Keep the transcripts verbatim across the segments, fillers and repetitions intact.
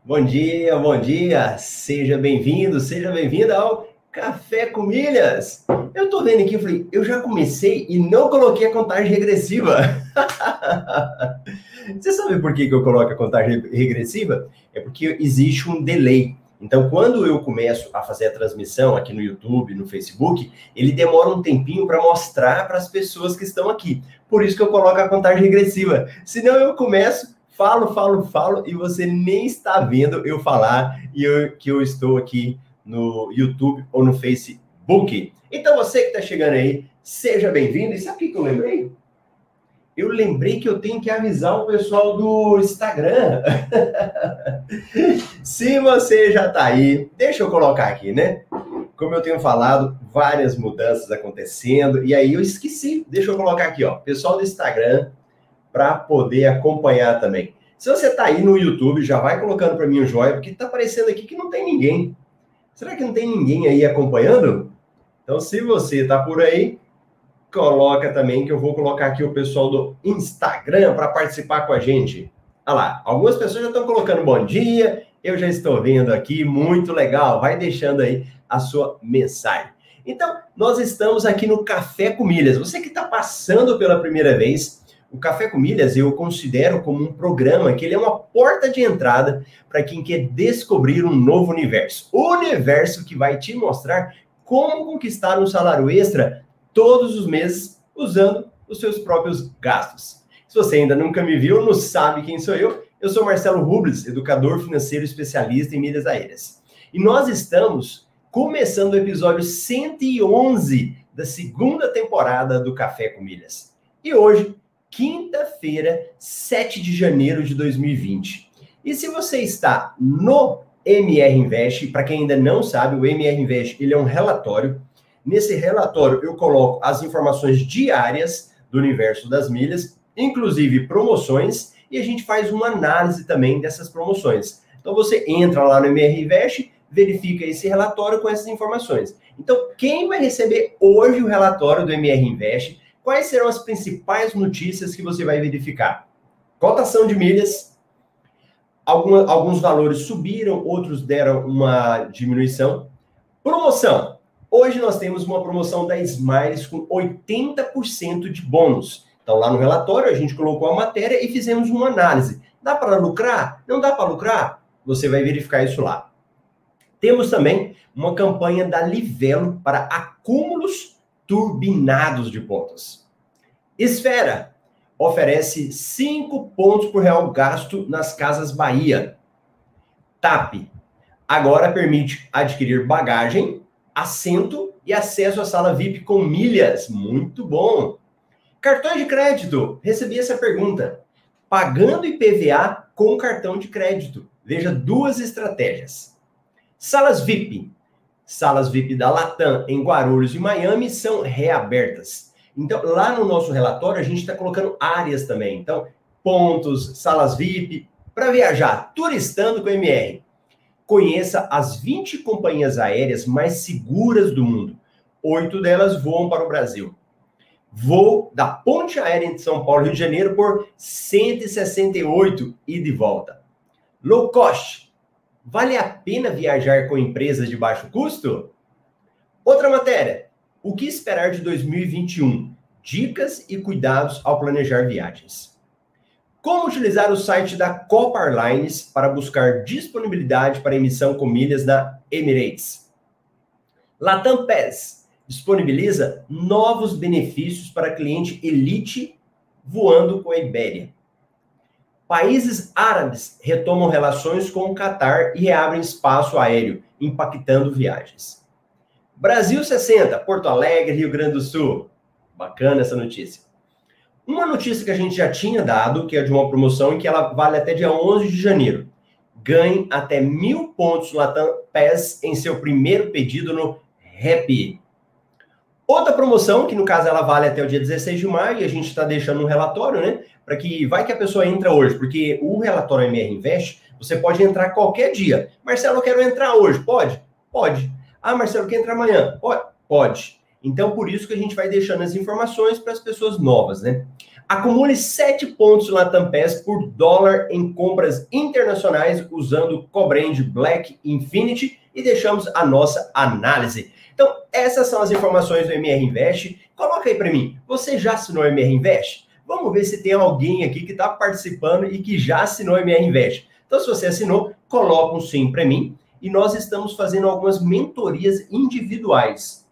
Bom dia, bom dia, seja bem-vindo, seja bem-vinda ao Café com Milhas. Eu tô vendo aqui, eu falei, eu já comecei e não coloquei a contagem regressiva. Você sabe por que que eu coloco a contagem regressiva? É porque existe um delay. Então, quando eu começo a fazer a transmissão aqui no YouTube, no Facebook, ele demora um tempinho para mostrar para as pessoas que estão aqui. Por isso que eu coloco a contagem regressiva. Senão eu começo... Falo, falo, falo, e você nem está vendo eu falar e eu, que eu estou aqui no YouTube ou no Facebook. Então, você que está chegando aí, seja bem-vindo. E sabe o que eu lembrei? Eu lembrei que eu tenho que avisar o pessoal do Instagram. Se você já está aí, deixa eu colocar aqui, né? Como eu tenho falado, várias mudanças acontecendo, e aí eu esqueci. Deixa eu colocar aqui, ó, pessoal do Instagram, para poder acompanhar também. Se você está aí no YouTube, já vai colocando para mim um joinha, porque está aparecendo aqui que não tem ninguém. Será que não tem ninguém aí acompanhando? Então, se você está por aí, coloca também, que eu vou colocar aqui o pessoal do Instagram para participar com a gente. Olha lá, algumas pessoas já estão colocando bom dia, eu já estou vendo aqui, muito legal. Vai deixando aí a sua mensagem. Então, nós estamos aqui no Café com Milhas. Você que está passando pela primeira vez... O Café com Milhas eu considero como um programa que ele é uma porta de entrada para quem quer descobrir um novo universo. O universo que vai te mostrar como conquistar um salário extra todos os meses usando os seus próprios gastos. Se você ainda nunca me viu, não sabe quem sou eu, eu sou Marcelo Rubles, educador financeiro especialista em milhas aéreas. E nós estamos começando o episódio cento e onze da segunda temporada do Café com Milhas. E hoje, quinta-feira, sete de janeiro de dois mil e vinte. E se você está no M R Invest, para quem ainda não sabe, o M R Invest ele é um relatório. Nesse relatório eu coloco as informações diárias do universo das milhas, inclusive promoções, e a gente faz uma análise também dessas promoções. Então você entra lá no M R Invest, verifica esse relatório com essas informações. Então quem vai receber hoje o relatório do M R Invest? Quais serão as principais notícias que você vai verificar? Cotação de milhas, alguma, alguns valores subiram, outros deram uma diminuição. Promoção. Hoje nós temos uma promoção da Smiles com oitenta por cento de bônus. Então lá no relatório a gente colocou a matéria e fizemos uma análise. Dá para lucrar? Não dá para lucrar? Você vai verificar isso lá. Temos também uma campanha da Livelo para acúmulos turbinados de pontos. Esfera oferece cinco pontos por real gasto nas Casas Bahia. T A P agora permite adquirir bagagem, assento e acesso à sala V I P com milhas. Muito bom. Cartões de crédito. Recebi essa pergunta. Pagando I P V A com cartão de crédito. Veja duas estratégias. Salas V I P. Salas V I P da Latam em Guarulhos e Miami são reabertas. Então, lá no nosso relatório, a gente está colocando áreas também. Então, pontos, salas V I P, para viajar, turistando com M R. Conheça as vinte companhias aéreas mais seguras do mundo. Oito delas voam para o Brasil. Voo da Ponte Aérea de São Paulo, Rio de Janeiro, por cento e sessenta e oito e de volta. Low cost. Vale a pena viajar com empresas de baixo custo? Outra matéria. O que esperar de dois mil e vinte e um? Dicas e cuidados ao planejar viagens. Como utilizar o site da Copa Airlines para buscar disponibilidade para emissão com milhas na Emirates. Latam Pass disponibiliza novos benefícios para cliente elite voando com a Ibéria. Países árabes retomam relações com o Catar e reabrem espaço aéreo, impactando viagens. Brasil sessenta, Porto Alegre, Rio Grande do Sul. Bacana essa notícia. Uma notícia que a gente já tinha dado, que é de uma promoção e que ela vale até dia onze de janeiro. Ganhe até mil pontos Latam Pass em seu primeiro pedido no Rappi. Outra promoção, que no caso ela vale até o dia dezesseis de maio, e a gente está deixando um relatório, né? Para que vai que a pessoa entra hoje, porque o relatório M R Invest, você pode entrar qualquer dia. Marcelo, eu quero entrar hoje. Pode? Pode. Ah, Marcelo, quer entrar amanhã? Pode. Pode. Então, por isso que a gente vai deixando as informações para as pessoas novas, né? Acumule sete pontos Latam Pass por dólar em compras internacionais usando o Cobrand Black Infinity e deixamos a nossa análise. Então, essas são as informações do M R Invest. Coloca aí para mim, você já assinou o M R Invest? Vamos ver se tem alguém aqui que está participando e que já assinou o M R Invest. Então, se você assinou, coloca um sim para mim. E nós estamos fazendo algumas mentorias individuais.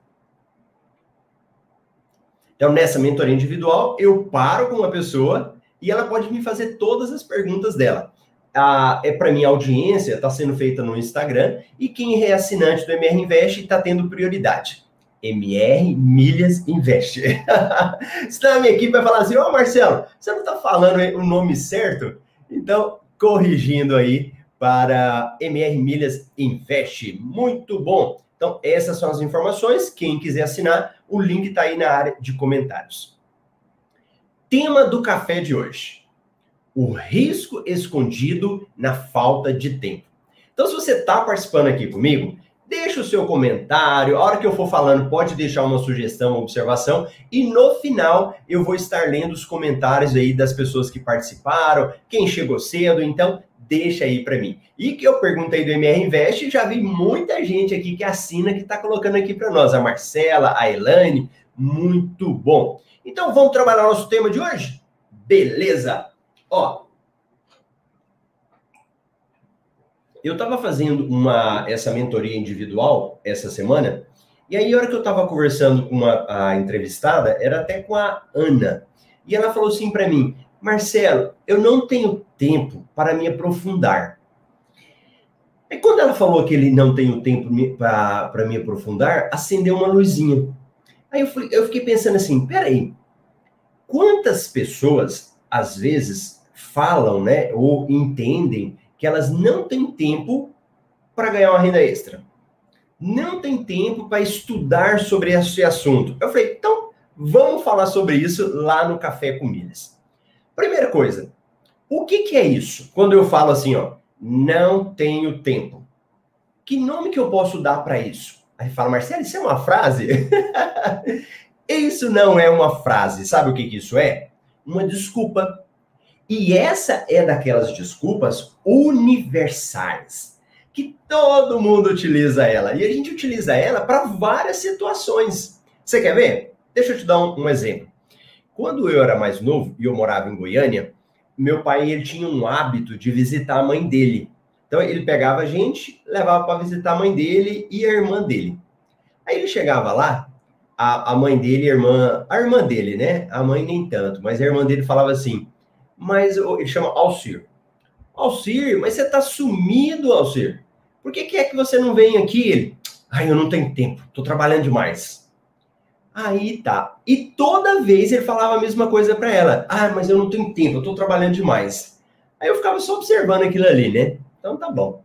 Então, nessa mentoria individual, eu paro com uma pessoa e ela pode me fazer todas as perguntas dela. Ah, é para mim, a audiência está sendo feita no Instagram e quem é assinante do M R Invest está tendo prioridade. M R Milhas Invest. Senão a minha equipe vai falar assim, ô Marcelo, você não está falando o nome certo? Então, corrigindo aí para M R Milhas Invest. Muito bom. Então, essas são as informações. Quem quiser assinar, o link está aí na área de comentários. Tema do café de hoje. O risco escondido na falta de tempo. Então, se você está participando aqui comigo, deixa o seu comentário. A hora que eu for falando, pode deixar uma sugestão, uma observação. E no final, eu vou estar lendo os comentários aí das pessoas que participaram, quem chegou cedo. Então, deixa aí para mim. E que eu perguntei do M R Invest, já vi muita gente aqui que assina, que está colocando aqui para nós. A Marcela, a Elaine, muito bom. Então, vamos trabalhar nosso tema de hoje? Beleza! Ó, eu estava fazendo uma, essa mentoria individual essa semana, e aí a hora que eu estava conversando com uma, a entrevistada, era até com a Ana, e ela falou assim para mim, Marcelo, eu não tenho tempo para me aprofundar. E quando ela falou que ele não tem tempo para me aprofundar, acendeu uma luzinha. Aí eu, fui, eu fiquei pensando assim, peraí, quantas pessoas, às vezes, falam, né, ou entendem que elas não têm tempo para ganhar uma renda extra? Não tem tempo para estudar sobre esse assunto. Eu falei, então, vamos falar sobre isso lá no Café com Milhas. Primeira coisa, o que, que é isso? Quando eu falo assim, ó, não tenho tempo. Que nome que eu posso dar para isso? Aí fala, Marcelo, isso é uma frase? Isso não é uma frase. Sabe o que, que isso é? Uma desculpa. E essa é daquelas desculpas universais, que todo mundo utiliza ela. E a gente utiliza ela para várias situações. Você quer ver? Deixa eu te dar um, um exemplo. Quando eu era mais novo e eu morava em Goiânia, meu pai ele tinha um hábito de visitar a mãe dele. Então ele pegava a gente, levava para visitar a mãe dele e a irmã dele. Aí ele chegava lá, a, a mãe dele, a irmã, a irmã dele, né? A mãe nem tanto, mas a irmã dele falava assim, mas ele chama Alcir. Alcir, mas você tá sumido, Alcir. Por que, que é que você não vem aqui? Ele, ai, eu não tenho tempo, tô trabalhando demais. Aí tá. E toda vez ele falava a mesma coisa para ela. Ah, mas eu não tenho tempo, eu tô trabalhando demais. Aí eu ficava só observando aquilo ali, né? Então tá bom.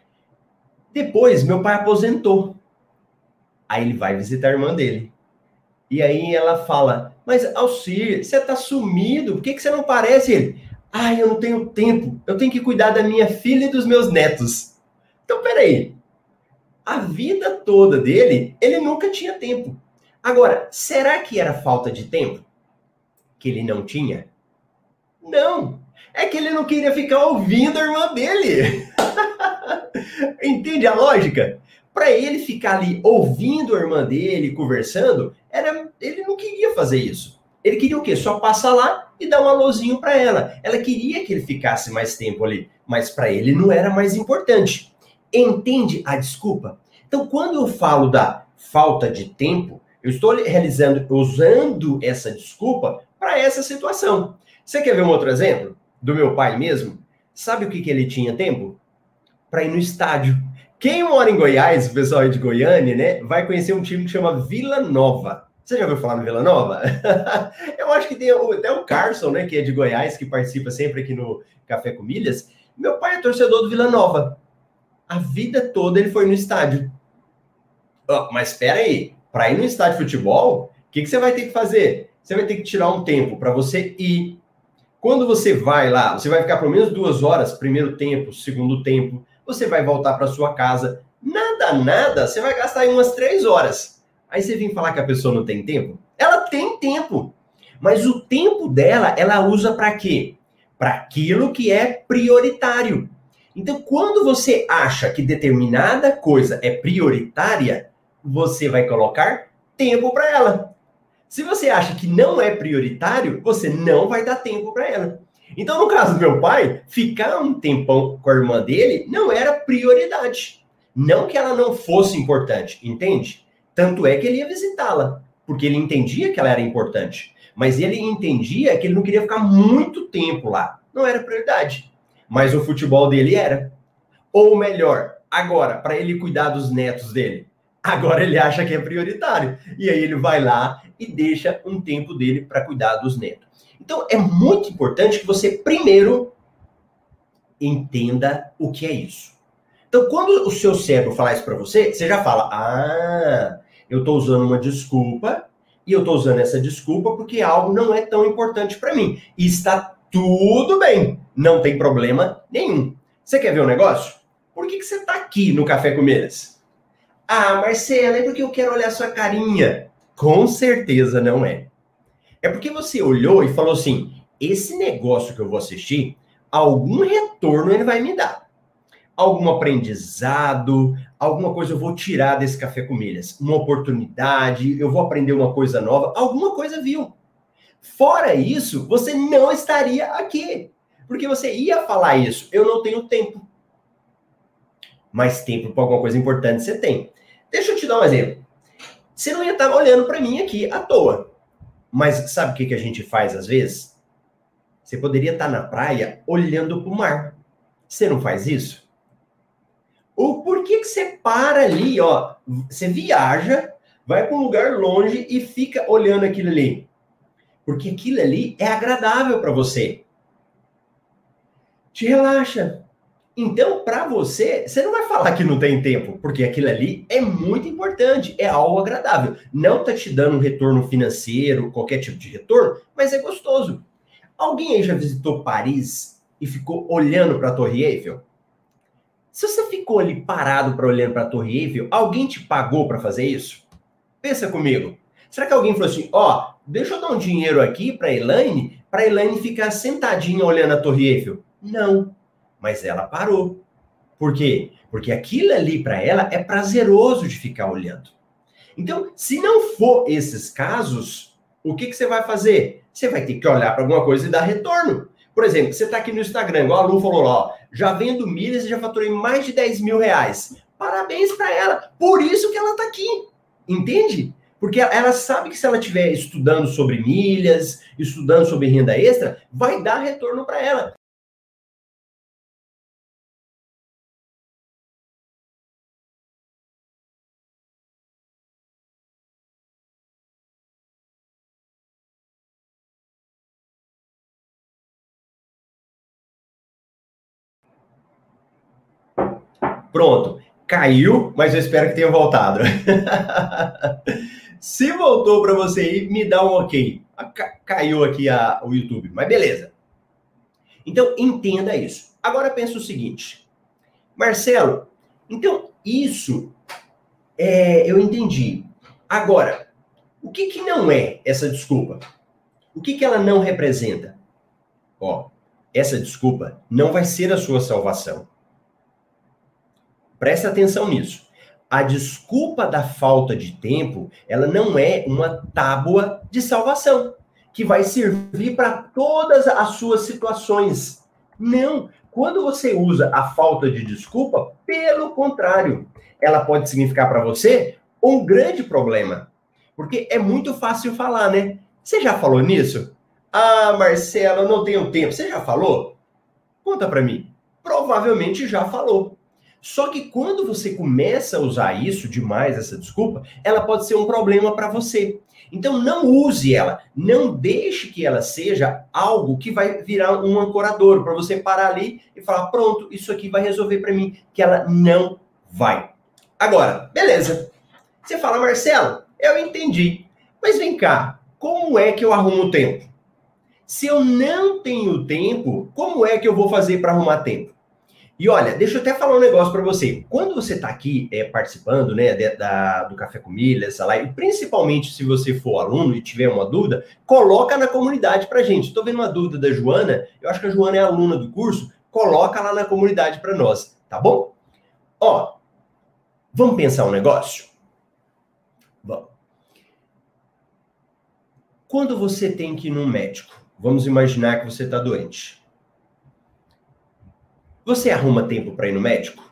Depois, meu pai aposentou. Aí ele vai visitar a irmã dele. E aí ela fala, mas Alcir, você tá sumido, por que, que você não aparece? Ele, ai, eu não tenho tempo, eu tenho que cuidar da minha filha e dos meus netos. Então, peraí, a vida toda dele, ele nunca tinha tempo. Agora, será que era falta de tempo? Que ele não tinha? Não, é que ele não queria ficar ouvindo a irmã dele. Entende a lógica? Para ele ficar ali ouvindo a irmã dele, conversando, era, ele não queria fazer isso. Ele queria o quê? Só passar lá e dar um alôzinho para ela. Ela queria que ele ficasse mais tempo ali, mas para ele não era mais importante. Entende a desculpa? Então, quando eu falo da falta de tempo, eu estou realizando, usando essa desculpa para essa situação. Você quer ver um outro exemplo? Do meu pai mesmo? Sabe o que, que ele tinha tempo? Para ir no estádio. Quem mora em Goiás, o pessoal aí de Goiânia, né, vai conhecer um time que chama Vila Nova. Você já ouviu falar no Vila Nova? Eu acho que tem até o Carson, né, que é de Goiás, que participa sempre aqui no Café com Milhas. Meu pai é torcedor do Vila Nova. A vida toda ele foi no estádio. Oh, mas espera aí, para ir no estádio de futebol, o que, que você vai ter que fazer? Você vai ter que tirar um tempo para você ir. Quando você vai lá, você vai ficar pelo menos duas horas, primeiro tempo, segundo tempo, você vai voltar para sua casa. Nada, nada, você vai gastar aí umas três horas. Aí você vem falar que a pessoa não tem tempo? Ela tem tempo. Mas o tempo dela, ela usa para quê? Para aquilo que é prioritário. Então, quando você acha que determinada coisa é prioritária, você vai colocar tempo para ela. Se você acha que não é prioritário, você não vai dar tempo para ela. Então, no caso do meu pai, ficar um tempão com a irmã dele não era prioridade. Não que ela não fosse importante, entende? Tanto é que ele ia visitá-la, porque ele entendia que ela era importante. Mas ele entendia que ele não queria ficar muito tempo lá. Não era prioridade. Mas o futebol dele era. Ou melhor, agora, para ele cuidar dos netos dele. Agora ele acha que é prioritário. E aí ele vai lá e deixa um tempo dele para cuidar dos netos. Então, é muito importante que você primeiro entenda o que é isso. Então, quando o seu cérebro falar isso para você, você já fala, ah, eu estou usando uma desculpa, e eu estou usando essa desculpa porque algo não é tão importante para mim. E está tudo bem, não tem problema nenhum. Você quer ver um negócio? Por que, que você está aqui no Café com Milhas? Ah, Marcela, é porque eu quero olhar sua carinha. Com certeza não é. É porque você olhou e falou assim, esse negócio que eu vou assistir, algum retorno ele vai me dar. Algum aprendizado, alguma coisa eu vou tirar desse Café com Milhas. Uma oportunidade, eu vou aprender uma coisa nova, alguma coisa viu. Fora isso, você não estaria aqui. Porque você ia falar isso, eu não tenho tempo. Mas tempo para alguma coisa importante você tem. Deixa eu te dar um exemplo. Você não ia estar olhando para mim aqui à toa. Mas sabe o que, que a gente faz às vezes? Você poderia estar na praia olhando para o mar. Você não faz isso? Ou por que, que você para ali, ó? Você viaja, vai para um lugar longe e fica olhando aquilo ali. Porque aquilo ali é agradável para você. Te relaxa. Então, para você, você não vai falar que não tem tempo, porque aquilo ali é muito importante, é algo agradável. Não está te dando um retorno financeiro, qualquer tipo de retorno, mas é gostoso. Alguém aí já visitou Paris e ficou olhando para a Torre Eiffel? Se você ficou ali parado para olhando para a Torre Eiffel, alguém te pagou para fazer isso? Pensa comigo. Será que alguém falou assim, ó, oh, deixa eu dar um dinheiro aqui para a Elaine, para a Elaine ficar sentadinha olhando a Torre Eiffel? Não. Mas ela parou. Por quê? Porque aquilo ali para ela é prazeroso de ficar olhando. Então, se não for esses casos, o que, que você vai fazer? Você vai ter que olhar para alguma coisa e dar retorno. Por exemplo, você está aqui no Instagram, igual a Lu falou lá, ó, já vendo milhas e já faturei mais de dez mil reais. Parabéns para ela. Por isso que ela está aqui. Entende? Porque ela sabe que se ela estiver estudando sobre milhas, estudando sobre renda extra, vai dar retorno para ela. Pronto, caiu, mas eu espero que tenha voltado. Se voltou para você aí, me dá um ok. Caiu aqui a, o YouTube, mas beleza. Então, entenda isso. Agora pensa o seguinte. Marcelo, então isso é, eu entendi. Agora, o que, que não é essa desculpa? O que, que ela não representa? Ó, essa desculpa não vai ser a sua salvação. Presta atenção nisso. A desculpa da falta de tempo, ela não é uma tábua de salvação, que vai servir para todas as suas situações. Não. Quando você usa a falta de desculpa, pelo contrário, ela pode significar para você um grande problema. Porque é muito fácil falar, né? Você já falou nisso? Ah, Marcelo, eu não tenho tempo. Você já falou? Conta para mim. Provavelmente já falou. Só que quando você começa a usar isso demais, essa desculpa, ela pode ser um problema para você. Então não use ela, não deixe que ela seja algo que vai virar um ancorador para você parar ali e falar, pronto, isso aqui vai resolver para mim, que ela não vai. Agora, beleza. Você fala, Marcelo, eu entendi, mas vem cá, como é que eu arrumo tempo? Se eu não tenho tempo, como é que eu vou fazer para arrumar tempo? E olha, deixa eu até falar um negócio para você. Quando você está aqui é, participando, né, de, da, do Café com Milhas, essa live, principalmente se você for aluno e tiver uma dúvida, coloca na comunidade para gente. Estou vendo uma dúvida da Joana, eu acho que a Joana é aluna do curso, coloca lá na comunidade para nós, tá bom? Ó, vamos pensar um negócio? Vamos. Quando você tem que ir num médico, vamos imaginar que você está doente. Você arruma tempo para ir no médico?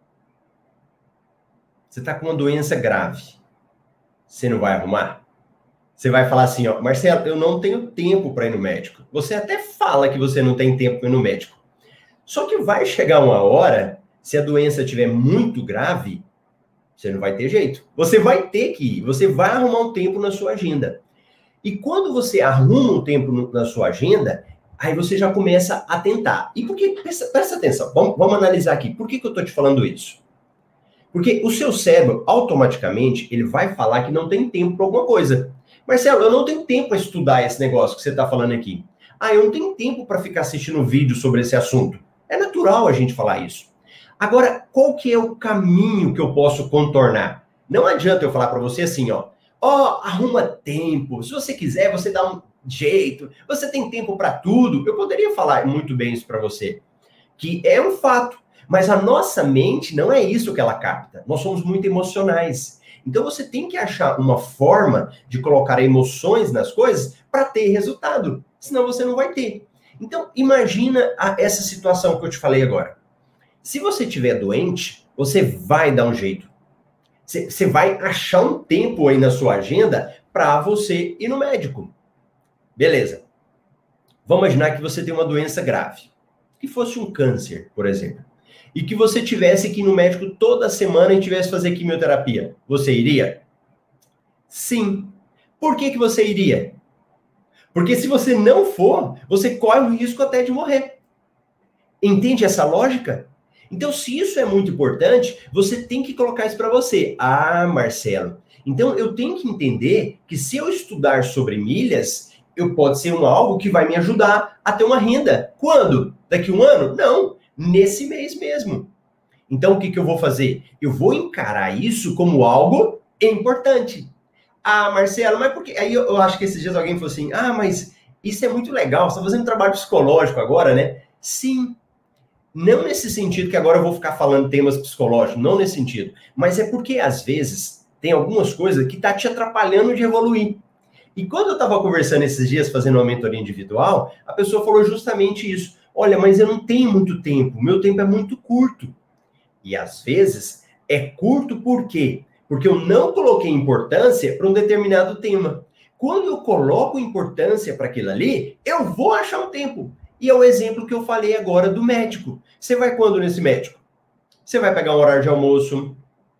Você está com uma doença grave. Você não vai arrumar? Você vai falar assim, ó, Marcelo, eu não tenho tempo para ir no médico. Você até fala que você não tem tempo para ir no médico. Só que vai chegar uma hora, se a doença estiver muito grave, você não vai ter jeito. Você vai ter que ir, você vai arrumar um tempo na sua agenda. E quando você arruma um tempo no, na sua agenda, aí você já começa a tentar. E por que? Presta, presta atenção, vamos, vamos analisar aqui. Por que, que eu estou te falando isso? Porque o seu cérebro, automaticamente, ele vai falar que não tem tempo para alguma coisa. Marcelo, eu não tenho tempo para estudar esse negócio que você está falando aqui. Ah, eu não tenho tempo para ficar assistindo vídeo sobre esse assunto. É natural a gente falar isso. Agora, qual que é o caminho que eu posso contornar? Não adianta eu falar para você assim, ó, ó, arruma tempo, se você quiser, você dá um jeito, você tem tempo para tudo. Eu poderia falar muito bem isso para você, que é um fato, mas a nossa mente não é isso que ela capta. Nós somos muito emocionais. Então você tem que achar uma forma de colocar emoções nas coisas para ter resultado, senão você não vai ter. Então imagina a, essa situação que eu te falei agora. Se você estiver doente, você vai dar um jeito. Você vai achar um tempo aí na sua agenda para você ir no médico. Beleza. Vamos imaginar que você tem uma doença grave. Que fosse um câncer, por exemplo. E que você tivesse que ir no médico toda semana e tivesse que fazer quimioterapia. Você iria? Sim. Por que que você iria? Porque se você não for, você corre o risco até de morrer. Entende essa lógica? Então, se isso é muito importante, você tem que colocar isso para você. Ah, Marcelo, então eu tenho que entender que se eu estudar sobre milhas, eu pode ser um algo que vai me ajudar a ter uma renda. Quando? Daqui a um ano? Não, nesse mês mesmo. Então, o que, que eu vou fazer? Eu vou encarar isso como algo importante. Ah, Marcelo, mas por quê? Aí eu, eu acho que esses dias alguém falou assim, ah, mas isso é muito legal, você está fazendo um trabalho psicológico agora, né? Sim. Não nesse sentido que agora eu vou ficar falando temas psicológicos, não nesse sentido. Mas é porque, às vezes, tem algumas coisas que tá te atrapalhando de evoluir. E quando eu estava conversando esses dias, fazendo uma mentoria individual, a pessoa falou justamente isso. Olha, mas eu não tenho muito tempo, meu tempo é muito curto. E, às vezes, é curto por quê? Porque eu não coloquei importância para um determinado tema. Quando eu coloco importância para aquilo ali, eu vou achar um tempo. E é o exemplo que eu falei agora do médico. Você vai quando nesse médico? Você vai pegar um horário de almoço,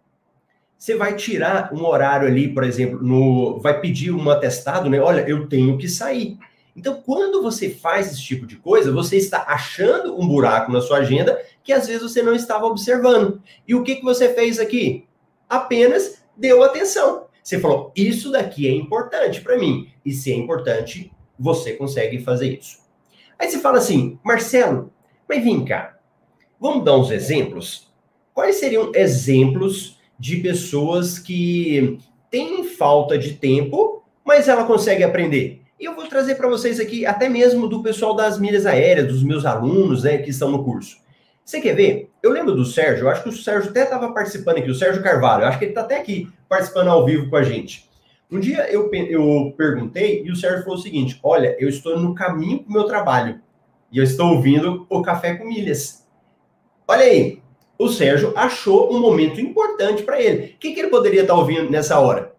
você vai tirar um horário ali, por exemplo, no, vai pedir um atestado, né? Olha, eu tenho que sair. Então, quando você faz esse tipo de coisa, você está achando um buraco na sua agenda que às vezes você não estava observando. E o que, que você fez aqui? Apenas deu atenção. Você falou, isso daqui é importante para mim. E se é importante, você consegue fazer isso. Aí você fala assim, Marcelo, mas vem cá, vamos dar uns exemplos? Quais seriam exemplos de pessoas que têm falta de tempo, mas ela consegue aprender? E eu vou trazer para vocês aqui, até mesmo do pessoal das milhas aéreas, dos meus alunos, né, que estão no curso. Você quer ver? Eu lembro do Sérgio, eu acho que o Sérgio até estava participando aqui, o Sérgio Carvalho, eu acho que ele está até aqui, participando ao vivo com a gente. Um dia eu, eu perguntei e o Sérgio falou o seguinte, olha, eu estou no caminho para o meu trabalho e eu estou ouvindo o Café com Milhas. Olha aí, o Sérgio achou um momento importante para ele. O que, que ele poderia estar ouvindo nessa hora?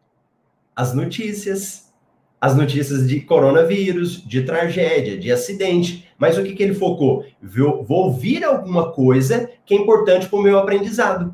As notícias, as notícias de coronavírus, de tragédia, de acidente. Mas o que, que ele focou? Vou, vou ouvir alguma coisa que é importante para o meu aprendizado.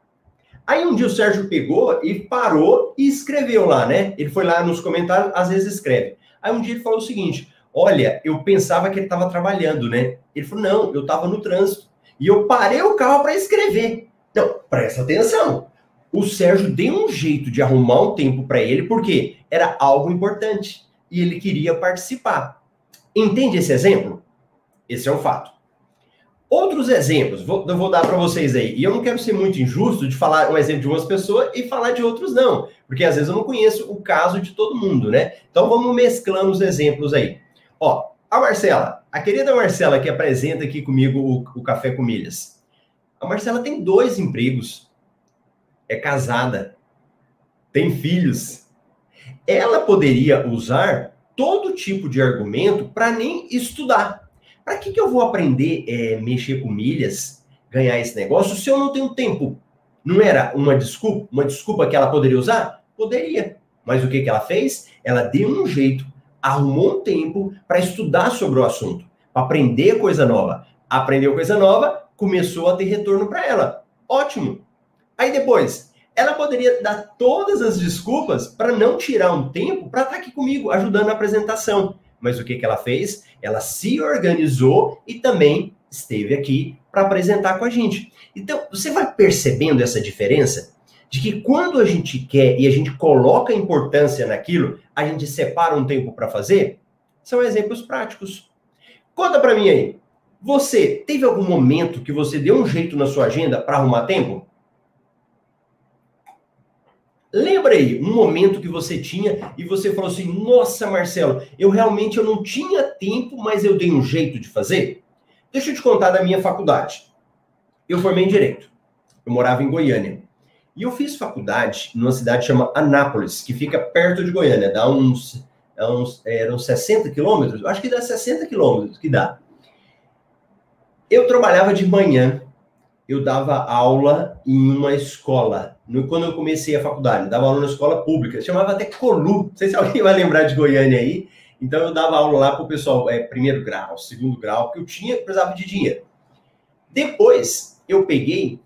Aí um dia o Sérgio pegou e parou e escreveu lá, né? Ele foi lá nos comentários, às vezes escreve. Aí um dia ele falou o seguinte, olha, eu pensava que ele estava trabalhando, né? Ele falou, não, eu estava no trânsito. E eu parei o carro para escrever. Não, presta atenção. O Sérgio deu um jeito de arrumar um tempo para ele, porque era algo importante. E ele queria participar. Entende esse exemplo? Esse é um fato. Outros exemplos, vou, eu vou dar para vocês aí. E eu não quero ser muito injusto de falar um exemplo de umas pessoas e falar de outros não. Porque às vezes eu não conheço o caso de todo mundo, né? Então vamos mesclando os exemplos aí. Ó, a Marcela, a querida Marcela que apresenta aqui comigo o, o Café com Milhas. A Marcela tem dois empregos. É casada. Tem filhos. Ela poderia usar todo tipo de argumento para nem estudar. Para que, que eu vou aprender é, mexer com milhas, ganhar esse negócio, se eu não tenho tempo? Não era uma desculpa, uma desculpa que ela poderia usar? Poderia. Mas o que, que ela fez? Ela deu um jeito, arrumou um tempo para estudar sobre o assunto, para aprender coisa nova. Aprendeu coisa nova, começou a ter retorno para ela. Ótimo. Aí depois, ela poderia dar todas as desculpas para não tirar um tempo para estar aqui comigo, ajudando na apresentação. Mas o que, que ela fez? Ela se organizou e também esteve aqui para apresentar com a gente. Então, você vai percebendo essa diferença? De que quando a gente quer e a gente coloca importância naquilo, a gente separa um tempo para fazer? São exemplos práticos. Conta para mim aí. Você teve algum momento que você deu um jeito na sua agenda para arrumar tempo? Lembra aí, um momento que você tinha e você falou assim, nossa, Marcelo, eu realmente eu não tinha tempo, mas eu dei um jeito de fazer? Deixa eu te contar da minha faculdade. Eu formei em Direito. Eu morava em Goiânia. E eu fiz faculdade numa cidade chamada Anápolis, que fica perto de Goiânia. Dá uns, uns, eram sessenta quilômetros? Eu acho que dá sessenta quilômetros que dá. Eu trabalhava de manhã. Eu dava aula em uma escola. Quando eu comecei a faculdade, eu dava aula na escola pública. Chamava até Colu. Não sei se alguém vai lembrar de Goiânia aí. Então eu dava aula lá para o pessoal, é, primeiro grau, segundo grau, porque eu tinha, precisava de dinheiro. Depois eu peguei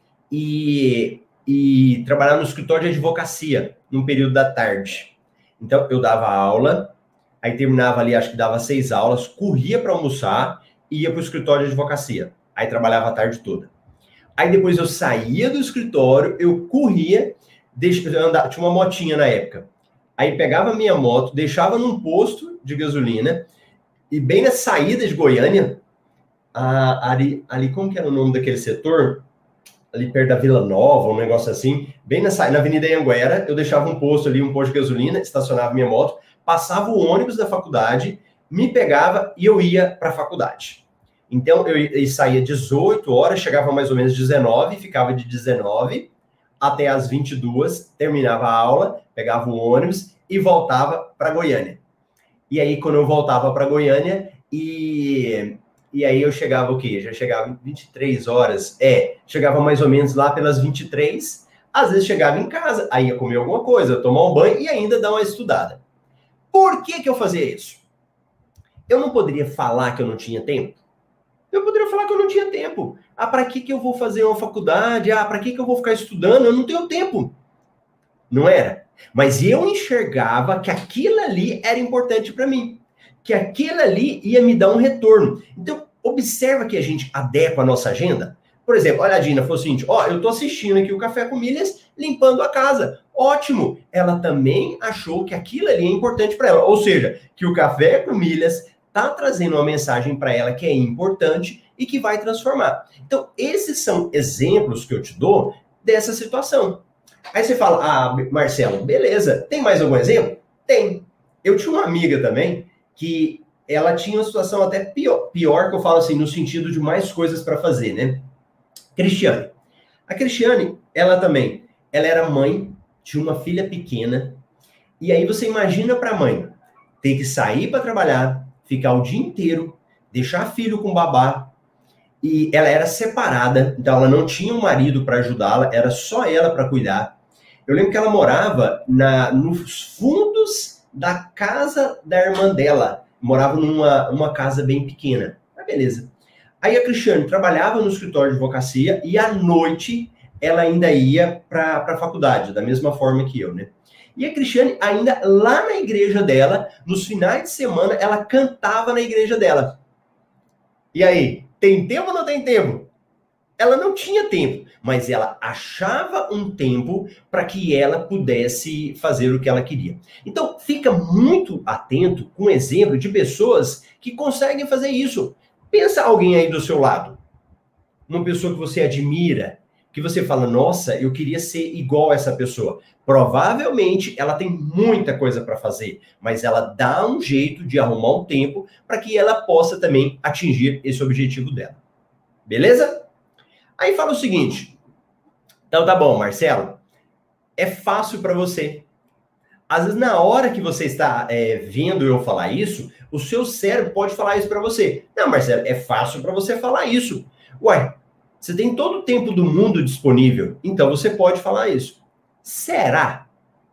e, e trabalhava no escritório de advocacia, num período da tarde. Então eu dava aula, aí terminava ali, acho que dava seis aulas, corria para almoçar e ia para o escritório de advocacia. Aí trabalhava a tarde toda. Aí depois eu saía do escritório, eu corria, deixa, eu andava, tinha uma motinha na época. Aí pegava a minha moto, deixava num posto de gasolina, e bem na saída de Goiânia, a, ali, ali, como que era o nome daquele setor? Ali perto da Vila Nova, um negócio assim, bem na, na Avenida Anhanguera, eu deixava um posto ali, um posto de gasolina, estacionava minha moto, passava o ônibus da faculdade, me pegava e eu ia para a faculdade. Então, eu, eu saía dezoito horas, chegava mais ou menos dezenove, ficava de dezenove até as vinte e duas, terminava a aula, pegava o ônibus e voltava para Goiânia. E aí, quando eu voltava para Goiânia, e, e aí eu chegava o quê? Já chegava vinte e três horas, é, chegava mais ou menos lá pelas vinte e três, às vezes chegava em casa, aí ia comer alguma coisa, tomar um banho e ainda dar uma estudada. Por que que eu fazia isso? Eu não poderia falar que eu não tinha tempo? Eu poderia falar que eu não tinha tempo. Ah, para que que eu vou fazer uma faculdade? Ah, para que que eu vou ficar estudando? Eu não tenho tempo. Não era. Mas eu enxergava que aquilo ali era importante para mim. Que aquilo ali ia me dar um retorno. Então, observa que a gente adequa a nossa agenda. Por exemplo, olha a Dina, foi o seguinte, ó, eu tô assistindo aqui o Café com Milhas, limpando a casa. Ótimo. Ela também achou que aquilo ali é importante para ela. Ou seja, que o Café com Milhas está trazendo uma mensagem para ela que é importante e que vai transformar. Então, esses são exemplos que eu te dou dessa situação. Aí você fala, ah, Marcelo, beleza, tem mais algum exemplo? Tem. Eu tinha uma amiga também que ela tinha uma situação até pior, pior que eu falo assim, no sentido de mais coisas para fazer, né? Cristiane. A Cristiane, ela também, ela era mãe de uma filha pequena, e aí você imagina para a mãe ter que sair para trabalhar, ficar o dia inteiro, deixar filho com babá, e ela era separada, então ela não tinha um marido para ajudá-la, era só ela para cuidar. Eu lembro que ela morava na, nos fundos da casa da irmã dela, morava numa uma casa bem pequena. Mas beleza. Aí a Cristiane trabalhava no escritório de advocacia e à noite ela ainda ia para a faculdade, da mesma forma que eu, né? E a Cristiane, ainda lá na igreja dela, nos finais de semana, ela cantava na igreja dela. E aí, tem tempo ou não tem tempo? Ela não tinha tempo, mas ela achava um tempo para que ela pudesse fazer o que ela queria. Então, fica muito atento com o exemplo de pessoas que conseguem fazer isso. Pensa alguém aí do seu lado. uma pessoa que você admira, que você fala, nossa, eu queria ser igual a essa pessoa. Provavelmente ela tem muita coisa para fazer, mas ela dá um jeito de arrumar um tempo para que ela possa também atingir esse objetivo dela. Beleza? Aí fala o seguinte, então tá bom, Marcelo, é fácil para você. Às vezes, na hora que você está é, vendo eu falar isso, o seu cérebro pode falar isso para você. Não, Marcelo, é fácil para você falar isso. Ué, você tem todo o tempo do mundo disponível, então você pode falar isso. Será?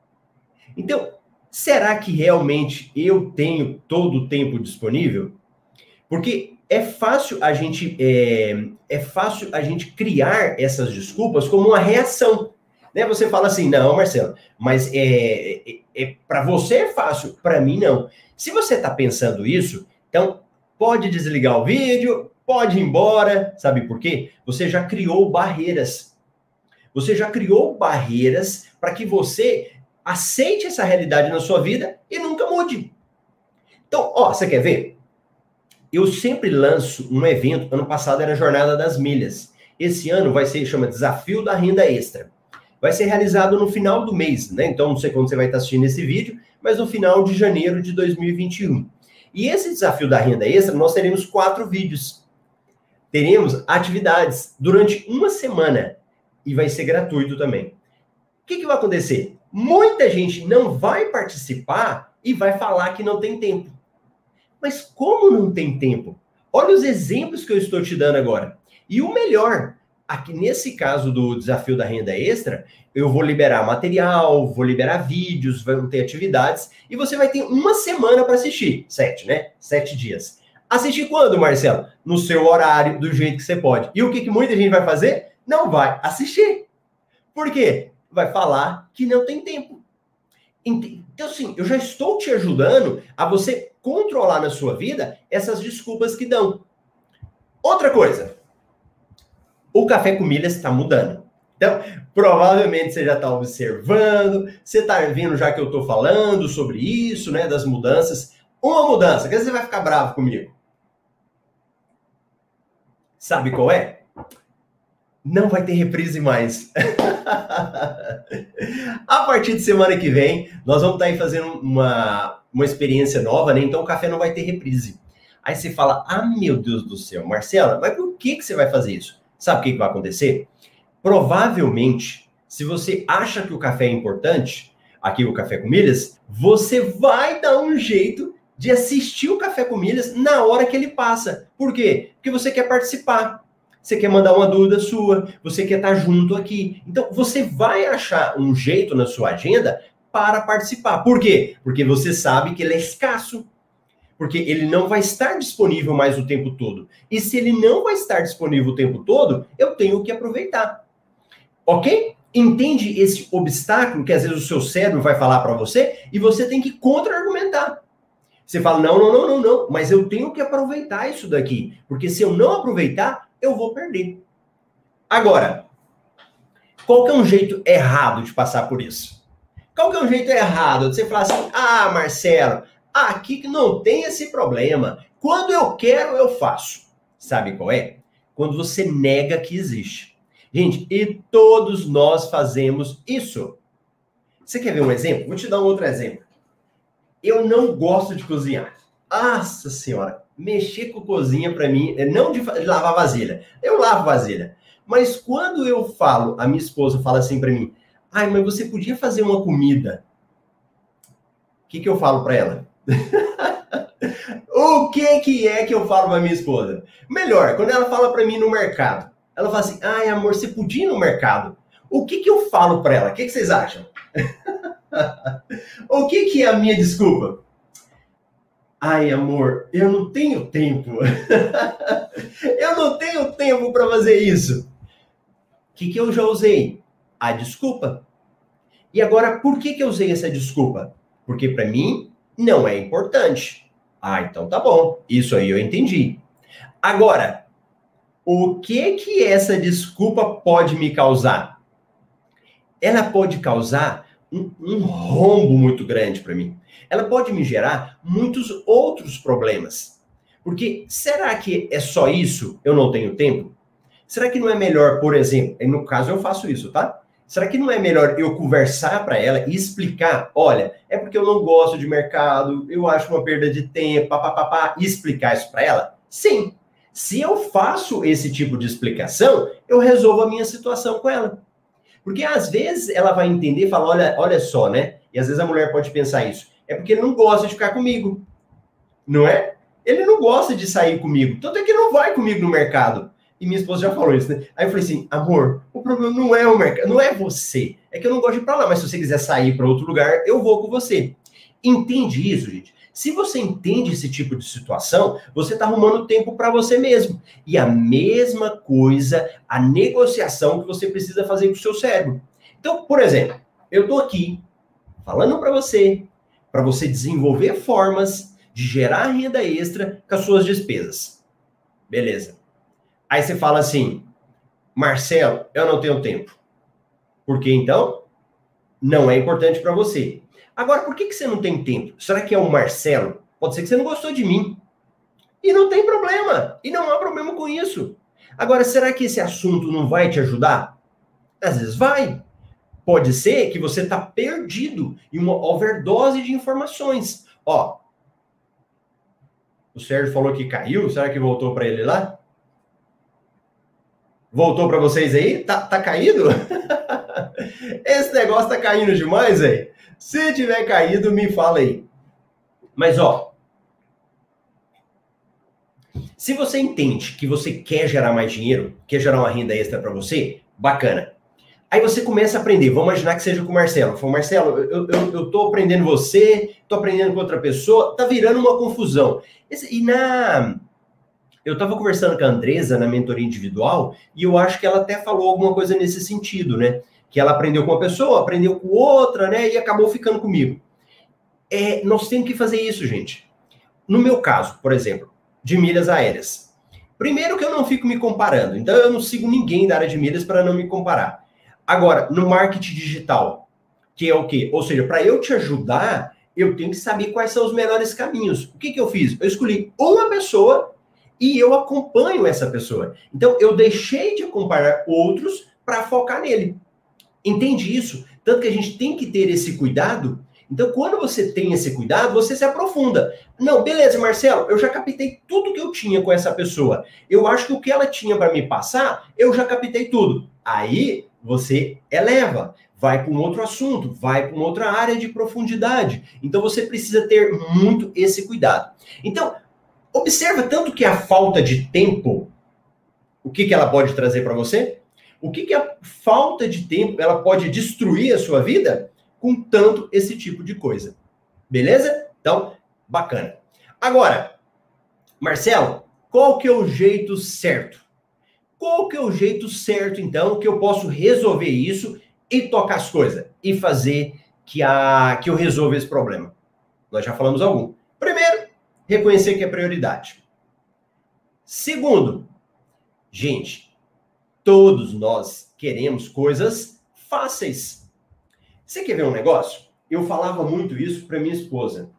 Então, será que realmente eu tenho todo o tempo disponível? Porque é fácil a gente é, é fácil a gente criar essas desculpas como uma reação. Né? Você fala assim, não, Marcelo, mas é, é, é, para você é fácil, para mim não. Se você está pensando isso, então pode desligar o vídeo, pode ir embora. Sabe por quê? Você já criou barreiras. Você já criou barreiras para que você aceite essa realidade na sua vida e nunca mude. Então, ó, você quer ver? Eu sempre lanço um evento, ano passado era a Jornada das Milhas. Esse ano vai ser, chama Desafio da Renda Extra. Vai ser realizado no final do mês, né? Então, não sei quando você vai estar assistindo esse vídeo, mas no final de janeiro de dois mil e vinte e um. E esse Desafio da Renda Extra, nós teremos quatro vídeos. Teremos atividades durante uma semana. E vai ser gratuito também. O que, que vai acontecer? Muita gente não vai participar e vai falar que não tem tempo. Mas como não tem tempo? Olha os exemplos que eu estou te dando agora. E o melhor, aqui nesse caso do Desafio da Renda Extra, eu vou liberar material, vou liberar vídeos, vão ter atividades, e você vai ter uma semana para assistir. Sete, né? Sete dias. Assistir quando, Marcelo? No seu horário, do jeito que você pode. E o que, que muita gente vai fazer? Não vai assistir. Por quê? Vai falar que não tem tempo. Então, assim, eu já estou te ajudando a você controlar na sua vida essas desculpas que dão. Outra coisa. O café com milhas está mudando. Então, provavelmente você já está observando, você está vendo já que eu estou falando sobre isso, né, das mudanças. Uma mudança, que você vai ficar bravo comigo. Sabe qual é? Não vai ter reprise mais. A partir de semana que vem, nós vamos estar aí fazendo uma, uma experiência nova, né? Então o café não vai ter reprise. Aí você fala, ah, meu Deus do céu, Marcela, mas por que, que você vai fazer isso? Sabe o que, que vai acontecer? Provavelmente, se você acha que o café é importante, aqui o Café com Milhas, você vai dar um jeito de assistir o Café com Milhas na hora que ele passa. Por quê? Porque você quer participar. Você quer mandar uma dúvida sua, você quer estar junto aqui. Então, você vai achar um jeito na sua agenda para participar. Por quê? Porque você sabe que ele é escasso. Porque ele não vai estar disponível mais o tempo todo. E se ele não vai estar disponível o tempo todo, eu tenho que aproveitar. Ok? Entende esse obstáculo que às vezes o seu cérebro vai falar para você e você tem que contra-argumentar. Você fala, não, não, não, não, não, mas eu tenho que aproveitar isso daqui. Porque se eu não aproveitar, eu vou perder. Agora, qual que é um jeito errado de passar por isso? Qual que é um jeito errado de você falar assim, ah, Marcelo, aqui que não tem esse problema. Quando eu quero, eu faço. Sabe qual é? Quando você nega que existe. Gente, e todos nós fazemos isso. Você quer ver um exemplo? Vou te dar um outro exemplo. Eu não gosto de cozinhar. Nossa senhora, mexer com cozinha para mim, é não de lavar vasilha. Eu lavo vasilha. Mas quando eu falo, a minha esposa fala assim para mim, ai, mas você podia fazer uma comida. O que que eu falo para ela? O que que é que eu falo para minha esposa? Melhor, quando ela fala para mim no mercado, ela fala assim, ai, amor, você podia ir no mercado. O que que eu falo para ela? O que que vocês acham? O que que é a minha desculpa? Ai, amor, eu não tenho tempo. Eu não tenho tempo para fazer isso. O que que eu já usei? A desculpa. E agora, por que que eu usei essa desculpa? Porque para mim não é importante. Ah, então tá bom. Isso aí eu entendi. Agora, o que que essa desculpa pode me causar? Ela pode causar um, um rombo muito grande para mim. Ela pode me gerar muitos outros problemas. Porque será que é só isso? Eu não tenho tempo? Será que não é melhor, por exemplo, e no caso eu faço isso, tá? Será que não é melhor eu conversar para ela e explicar, olha, é porque eu não gosto de mercado, eu acho uma perda de tempo, papapá, e explicar isso para ela? Sim. Se eu faço esse tipo de explicação, eu resolvo a minha situação com ela. Porque às vezes ela vai entender e falar, olha, olha só, né? E às vezes a mulher pode pensar isso. É porque ele não gosta de ficar comigo. Não é? Ele não gosta de sair comigo. Tanto é que não vai comigo no mercado. E minha esposa já falou isso, né? Aí eu falei assim, amor, o problema não é o mercado, não é você. É que eu não gosto de ir pra lá, mas se você quiser sair para outro lugar, eu vou com você. Entende isso, gente? Se você entende esse tipo de situação, você está arrumando tempo para você mesmo. E a mesma coisa, a negociação que você precisa fazer com o seu cérebro. Então, por exemplo, eu estou aqui falando para você, para você desenvolver formas de gerar renda extra com as suas despesas. Beleza. Aí você fala assim, Marcelo, eu não tenho tempo. Por que então? Não é importante para você. Agora, por que, que você não tem tempo? Será que é o Marcelo? Pode ser que você não gostou de mim. E não tem problema. E não há problema com isso. Agora, será que esse assunto não vai te ajudar? Às vezes vai. Pode ser que você está perdido em uma overdose de informações. Ó, o Sérgio falou que caiu. Será que voltou para ele lá? Voltou para vocês aí? Tá, tá caído? Esse negócio tá caindo demais, velho. Se tiver caído, me fala aí. Mas, ó, se você entende que você quer gerar mais dinheiro, quer gerar uma renda extra para você, bacana. Aí você começa a aprender. Vamos imaginar que seja com o Marcelo. Fala, Marcelo, eu, eu, eu tô aprendendo você, tô aprendendo com outra pessoa, tá virando uma confusão. Esse, e na... Eu tava conversando com a Andresa na mentoria individual e eu acho que ela até falou alguma coisa nesse sentido, né? Que ela aprendeu com uma pessoa, aprendeu com outra, né? E acabou ficando comigo. É, nós temos que fazer isso, gente. No meu caso, por exemplo, de milhas aéreas. Primeiro que eu não fico me comparando. Então eu não sigo ninguém da área de milhas para não me comparar. Agora, no marketing digital, que é o quê? Ou seja, para eu te ajudar, eu tenho que saber quais são os melhores caminhos. O que, que eu fiz? Eu escolhi uma pessoa e eu acompanho essa pessoa. Então eu deixei de comparar outros para focar nele. Entende isso? Tanto que a gente tem que ter esse cuidado. Então, quando você tem esse cuidado, você se aprofunda. Não, beleza, Marcelo, eu já captei tudo que eu tinha com essa pessoa. Eu acho que o que ela tinha para me passar, eu já captei tudo. Aí, você eleva, vai para um outro assunto, vai para uma outra área de profundidade. Então, você precisa ter muito esse cuidado. Então, observa tanto que a falta de tempo, o que, que ela pode trazer para você? O que, que a falta de tempo ela pode destruir a sua vida com tanto esse tipo de coisa. Beleza? Então, bacana. Agora, Marcelo, qual que é o jeito certo? Qual que é o jeito certo, então, que eu posso resolver isso e tocar as coisas? E fazer que, a, que eu resolva esse problema? Nós já falamos algum. Primeiro, reconhecer que é prioridade. Segundo, gente, todos nós queremos coisas fáceis. Você quer ver um negócio? Eu falava muito isso para minha esposa.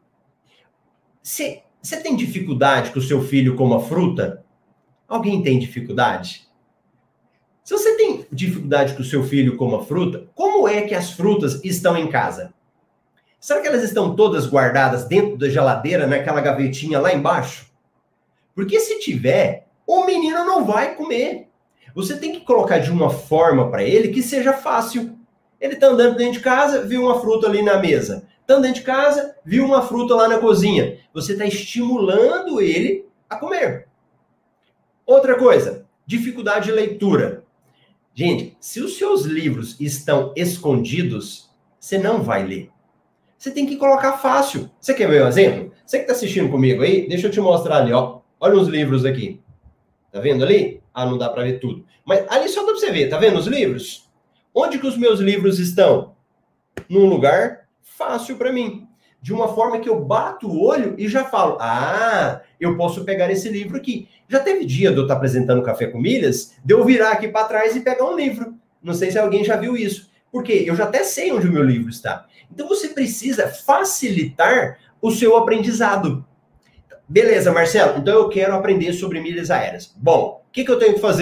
Você tem dificuldade que o seu filho coma fruta? Alguém tem dificuldade? Se você tem dificuldade que o seu filho coma fruta, como é que as frutas estão em casa? Será que elas estão todas guardadas dentro da geladeira, naquela gavetinha lá embaixo? Porque se tiver, o menino não vai comer. Você tem que colocar de uma forma para ele que seja fácil. Ele tá andando dentro de casa, viu uma fruta ali na mesa. Tá andando dentro de casa, viu uma fruta lá na cozinha. Você está estimulando ele a comer. Outra coisa, dificuldade de leitura. Gente, se os seus livros estão escondidos, você não vai ler. Você tem que colocar fácil. Você quer ver um exemplo? Você que está assistindo comigo aí, deixa eu te mostrar ali, ó. Olha os livros aqui. Tá vendo ali? Ah, não dá para ver tudo. Mas ali só dá para você ver, tá vendo os livros? Onde que os meus livros estão? Num lugar fácil para mim. De uma forma que eu bato o olho e já falo, ah, eu posso pegar esse livro aqui. Já teve dia de eu estar apresentando Café com Milhas, de eu virar aqui para trás e pegar um livro. Não sei se alguém já viu isso. Porque eu já até sei onde o meu livro está. Então você precisa facilitar o seu aprendizado. Beleza, Marcelo, então eu quero aprender sobre milhas aéreas. Bom, o que, que eu tenho que fazer?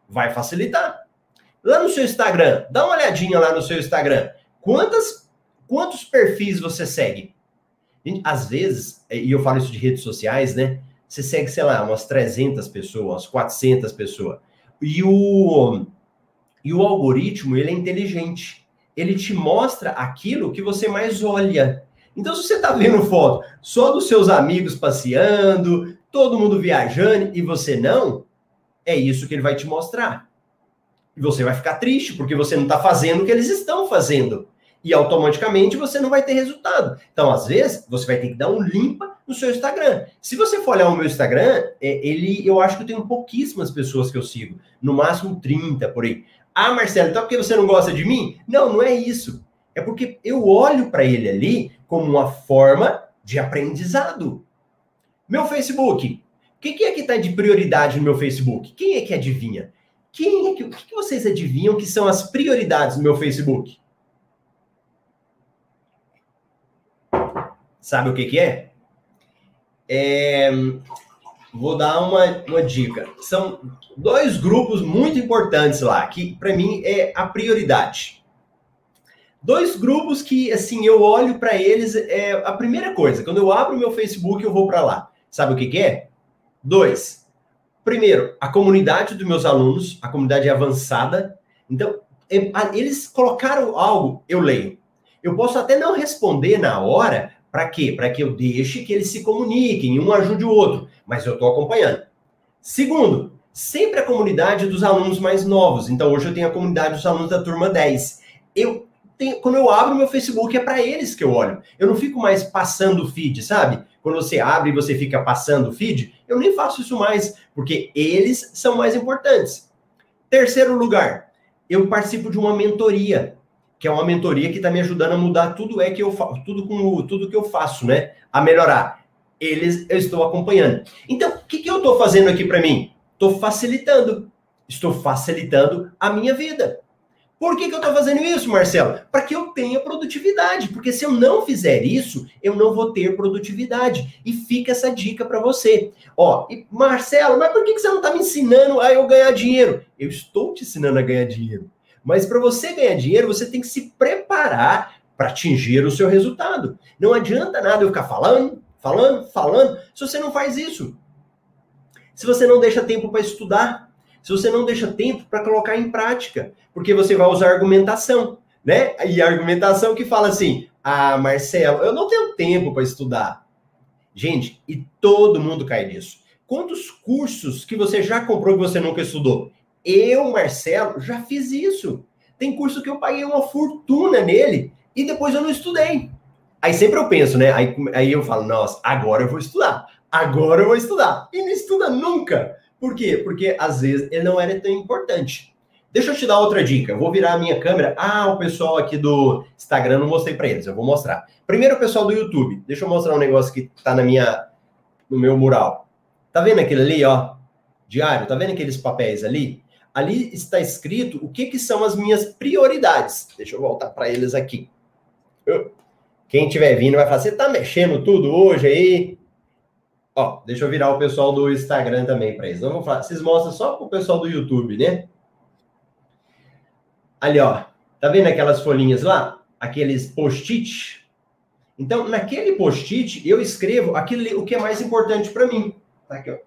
vai facilitar. Lá no seu Instagram, dá uma olhadinha lá no seu Instagram. Quantas, quantos perfis você segue? Às vezes, e eu falo isso de redes sociais, né? Você segue, sei lá, umas trezentas pessoas, umas quatrocentas pessoas. E o, e o algoritmo, ele é inteligente. Ele te mostra aquilo que você mais olha. Então, se você está vendo foto só dos seus amigos passeando, todo mundo viajando, e você não, é isso que ele vai te mostrar. E você vai ficar triste, porque você não está fazendo o que eles estão fazendo. E automaticamente você não vai ter resultado. Então, às vezes, você vai ter que dar um limpa no seu Instagram. Se você for olhar o meu Instagram, ele, eu acho que eu tenho pouquíssimas pessoas que eu sigo. No máximo trinta, por aí. Ah, Marcelo, então porque você não gosta de mim? Não, não é isso. É porque eu olho para ele ali como uma forma de aprendizado. Meu Facebook. O que é que está de prioridade no meu Facebook? Quem é que adivinha? Quem é que, o que vocês adivinham que são as prioridades no meu Facebook? Sabe o que que é? É... Vou dar uma, uma dica. São dois grupos muito importantes lá, que para mim é a prioridade. Dois grupos que, assim, eu olho para eles, é a primeira coisa, quando eu abro o meu Facebook, eu vou para lá. Sabe o que que é? Dois. Primeiro, a comunidade dos meus alunos, a comunidade avançada. Então, eles colocaram algo, eu leio. Eu posso até não responder na hora. Para quê? Para que eu deixe que eles se comuniquem, um ajude o outro, mas eu estou acompanhando. Segundo, sempre a comunidade dos alunos mais novos. Então, hoje eu tenho a comunidade dos alunos da turma dez. Eu tenho, quando eu abro meu Facebook, é para eles que eu olho. Eu não fico mais passando o feed, sabe? Quando você abre e você fica passando o feed, eu nem faço isso mais, porque eles são mais importantes. Terceiro lugar, eu participo de uma mentoria, que é uma mentoria que está me ajudando a mudar tudo é que eu faço, tudo com tudo que eu faço, né? A melhorar. Eles eu estou acompanhando. Então, o que, que eu estou fazendo aqui para mim? Estou facilitando. Estou facilitando a minha vida. Por que, que eu estou fazendo isso, Marcelo? Para que eu tenha produtividade. Porque se eu não fizer isso, eu não vou ter produtividade. E fica essa dica para você. Ó, e Marcelo, mas por que, que você não está me ensinando a eu ganhar dinheiro? Eu estou te ensinando a ganhar dinheiro. Mas para você ganhar dinheiro, você tem que se preparar para atingir o seu resultado. Não adianta nada eu ficar falando, falando, falando, se você não faz isso. Se você não deixa tempo para estudar, se você não deixa tempo para colocar em prática, porque você vai usar argumentação, né? E a argumentação que fala assim, ah, Marcelo, eu não tenho tempo para estudar. Gente, e todo mundo cai nisso. Quantos cursos que você já comprou que você nunca estudou? Eu, Marcelo, já fiz isso. Tem curso que eu paguei uma fortuna nele e depois eu não estudei. Aí sempre eu penso, né? Aí, aí eu falo, nossa, agora eu vou estudar. Agora eu vou estudar. E não estuda nunca. Por quê? Porque às vezes ele não era tão importante. Deixa eu te dar outra dica. Eu vou virar a minha câmera. Ah, o pessoal aqui do Instagram, não mostrei para eles. Eu vou mostrar. Primeiro o pessoal do YouTube. Deixa eu mostrar um negócio que tá na minha, no meu mural. Tá vendo aquele ali, ó? Diário. Tá vendo aqueles papéis ali? Ali está escrito o que, que são as minhas prioridades. Deixa eu voltar para eles aqui. Quem estiver vindo vai falar, você tá mexendo tudo hoje aí? Ó, deixa eu virar o pessoal do Instagram também para eles. Não vou falar, vocês mostram só para o pessoal do YouTube, né? Ali, ó. Tá vendo aquelas folhinhas lá? Aqueles post-it? Então, naquele post-it, eu escrevo aquilo, o que é mais importante para mim. Tá aqui, ó.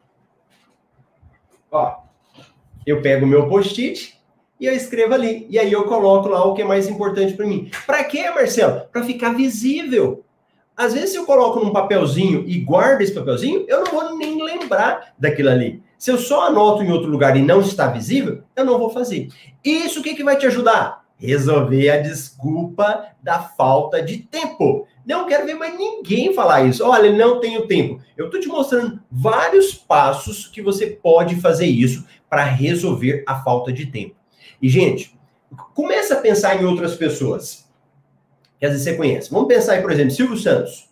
Ó. Eu pego o meu post-it e eu escrevo ali. E aí eu coloco lá o que é mais importante para mim. Para quê, Marcelo? Para ficar visível. Às vezes, se eu coloco num papelzinho e guardo esse papelzinho, eu não vou nem lembrar daquilo ali. Se eu só anoto em outro lugar e não está visível, eu não vou fazer. Isso o que, que vai te ajudar? Resolver a desculpa da falta de tempo. Não quero ver mais ninguém falar isso. Olha, não tenho tempo. Eu estou te mostrando vários passos que você pode fazer isso para resolver a falta de tempo. E, gente, começa a pensar em outras pessoas que às vezes você conhece. Vamos pensar aí, por exemplo, Silvio Santos.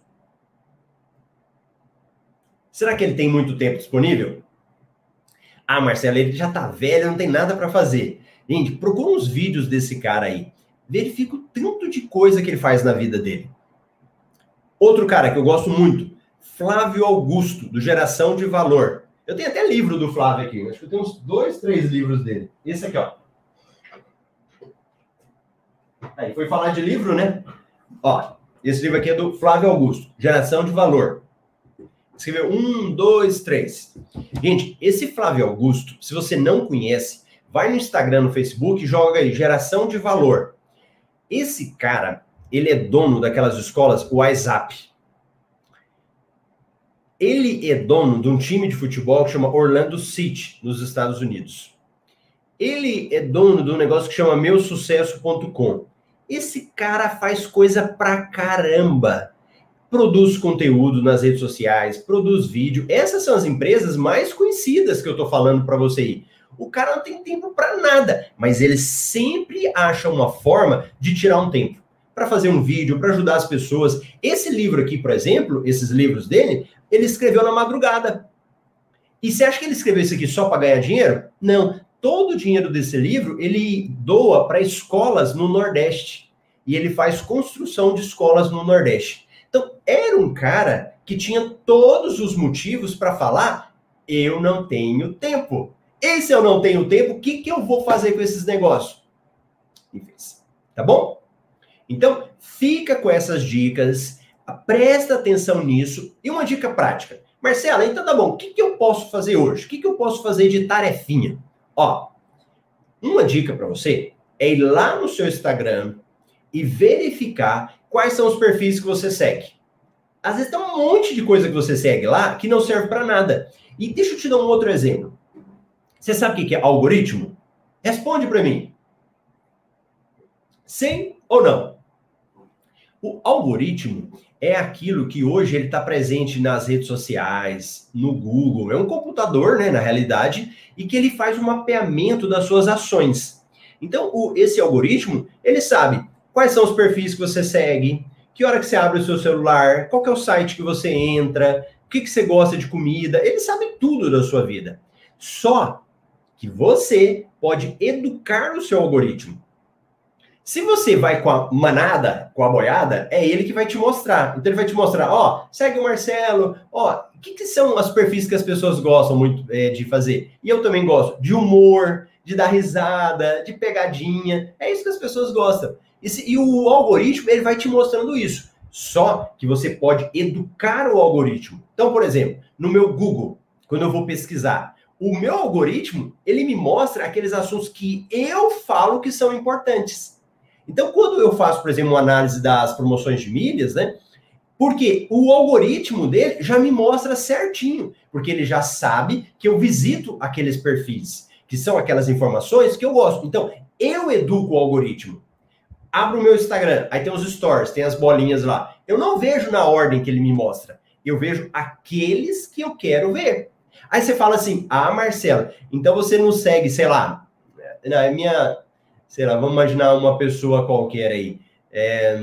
Será que ele tem muito tempo disponível? Ah, Marcelo, ele já tá velho, não tem nada para fazer. Gente, procura uns vídeos desse cara aí. Verifica o tanto de coisa que ele faz na vida dele. Outro cara que eu gosto muito, Flávio Augusto, do Geração de Valor. Eu tenho até livro do Flávio aqui. Acho que eu tenho uns dois, três livros dele. Esse aqui, ó. Aí, foi falar de livro, né? Ó, esse livro aqui é do Flávio Augusto. Geração de Valor. Escreveu um, dois, três. Gente, esse Flávio Augusto, se você não conhece, vai no Instagram, no Facebook e joga aí, Geração de Valor. Esse cara, ele é dono daquelas escolas WhatsApp. Ele é dono de um time de futebol que chama Orlando City, nos Estados Unidos. Ele é dono de um negócio que chama meu sucesso ponto com. Esse cara faz coisa pra caramba. Produz conteúdo nas redes sociais, produz vídeo. Essas são as empresas mais conhecidas que eu tô falando pra você aí. O cara não tem tempo pra nada, mas ele sempre acha uma forma de tirar um tempo para fazer um vídeo, para ajudar as pessoas. Esse livro aqui, por exemplo, esses livros dele, ele escreveu na madrugada. E você acha que ele escreveu isso aqui só para ganhar dinheiro? Não. Todo o dinheiro desse livro, ele doa para escolas no Nordeste. E ele faz construção de escolas no Nordeste. Então, era um cara que tinha todos os motivos para falar, eu não tenho tempo. E se eu não tenho tempo, o que, que eu vou fazer com esses negócios? E fez. Tá bom? Então, fica com essas dicas, presta atenção nisso. E uma dica prática. Marcela, então tá bom, o que, que eu posso fazer hoje? O que, que eu posso fazer de tarefinha? Ó, uma dica para você é ir lá no seu Instagram e verificar quais são os perfis que você segue. Às vezes tem um monte de coisa que você segue lá que não serve para nada. E deixa eu te dar um outro exemplo. Você sabe o que é algoritmo? Responde para mim. Sim ou não? O algoritmo é aquilo que hoje ele está presente nas redes sociais, no Google. É um computador, né, na realidade, e que ele faz um mapeamento das suas ações. Então, o, esse algoritmo, ele sabe quais são os perfis que você segue, que hora que você abre o seu celular, qual que é o site que você entra, o que, que você gosta de comida. Ele sabe tudo da sua vida. Só que você pode educar o seu algoritmo. Se você vai com a manada, com a boiada, é ele que vai te mostrar. Então ele vai te mostrar, ó, segue o Marcelo, ó, o que, que são os perfis que as pessoas gostam muito é, de fazer? E eu também gosto de humor, de dar risada, de pegadinha. É isso que as pessoas gostam. E, se, e o algoritmo, ele vai te mostrando isso. Só que você pode educar o algoritmo. Então, por exemplo, no meu Google, quando eu vou pesquisar, o meu algoritmo, ele me mostra aqueles assuntos que eu falo que são importantes. Então, quando eu faço, por exemplo, uma análise das promoções de milhas, né? Porque o algoritmo dele já me mostra certinho, porque ele já sabe que eu visito aqueles perfis, que são aquelas informações que eu gosto. Então, eu educo o algoritmo. Abro o meu Instagram, aí tem os stories, tem as bolinhas lá. Eu não vejo na ordem que ele me mostra. Eu vejo aqueles que eu quero ver. Aí você fala assim, ah, Marcelo, então você não segue, sei lá, não, é minha... Sei lá, vamos imaginar uma pessoa qualquer aí. É...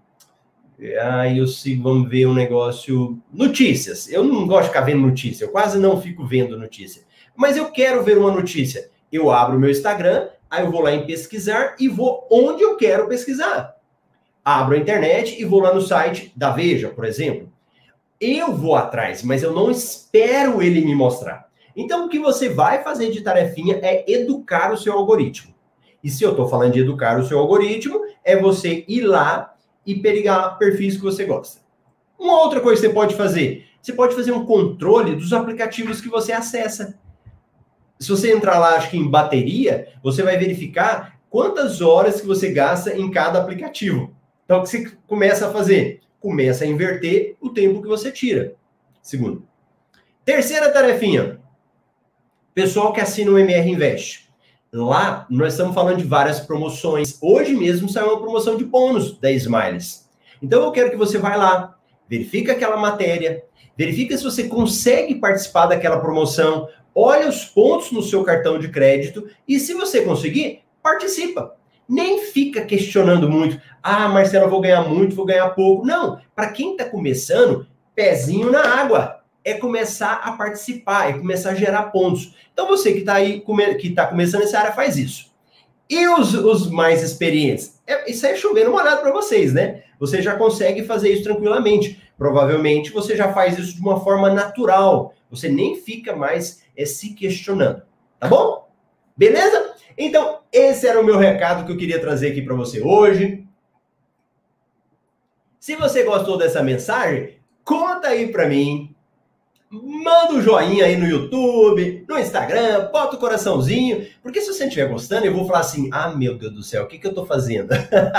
Ah, eu sigo, vamos ver um negócio... Notícias. Eu não gosto de ficar vendo notícia. Eu quase não fico vendo notícia. Mas eu quero ver uma notícia. Eu abro o meu Instagram, aí eu vou lá em pesquisar e vou onde eu quero pesquisar. Abro a internet e vou lá no site da Veja, por exemplo. Eu vou atrás, mas eu não espero ele me mostrar. Então, o que você vai fazer de tarefinha é educar o seu algoritmo. E se eu estou falando de educar o seu algoritmo, é você ir lá e pegar perfis que você gosta. Uma outra coisa que você pode fazer, você pode fazer um controle dos aplicativos que você acessa. Se você entrar lá, acho que em bateria, você vai verificar quantas horas que você gasta em cada aplicativo. Então, o que você começa a fazer? Começa a inverter o tempo que você tira. Segundo. Terceira tarefinha. Pessoal que assina o M R Invest. Lá, nós estamos falando de várias promoções. Hoje mesmo saiu uma promoção de bônus da Smiles. Então, eu quero que você vá lá, verifique aquela matéria, verifique se você consegue participar daquela promoção, olha os pontos no seu cartão de crédito e, se você conseguir, participa. Nem fica questionando muito. Ah, Marcelo, eu vou ganhar muito, vou ganhar pouco. Não, para quem está começando, pezinho na água. É começar a participar, é começar a gerar pontos. Então, você que está aí, que está começando essa área, faz isso. E os, os mais experientes? É, isso aí é chovendo molhado para vocês, né? Você já consegue fazer isso tranquilamente. Provavelmente, você já faz isso de uma forma natural, Você nem fica mais é, se questionando, tá bom? Beleza? Então, esse era o meu recado que eu queria trazer aqui para você hoje. Se você gostou dessa mensagem, conta aí para mim. Manda um joinha aí no YouTube, no Instagram, bota o coraçãozinho, porque se você estiver gostando, eu vou falar assim, ah, meu Deus do céu, o que, que eu tô fazendo?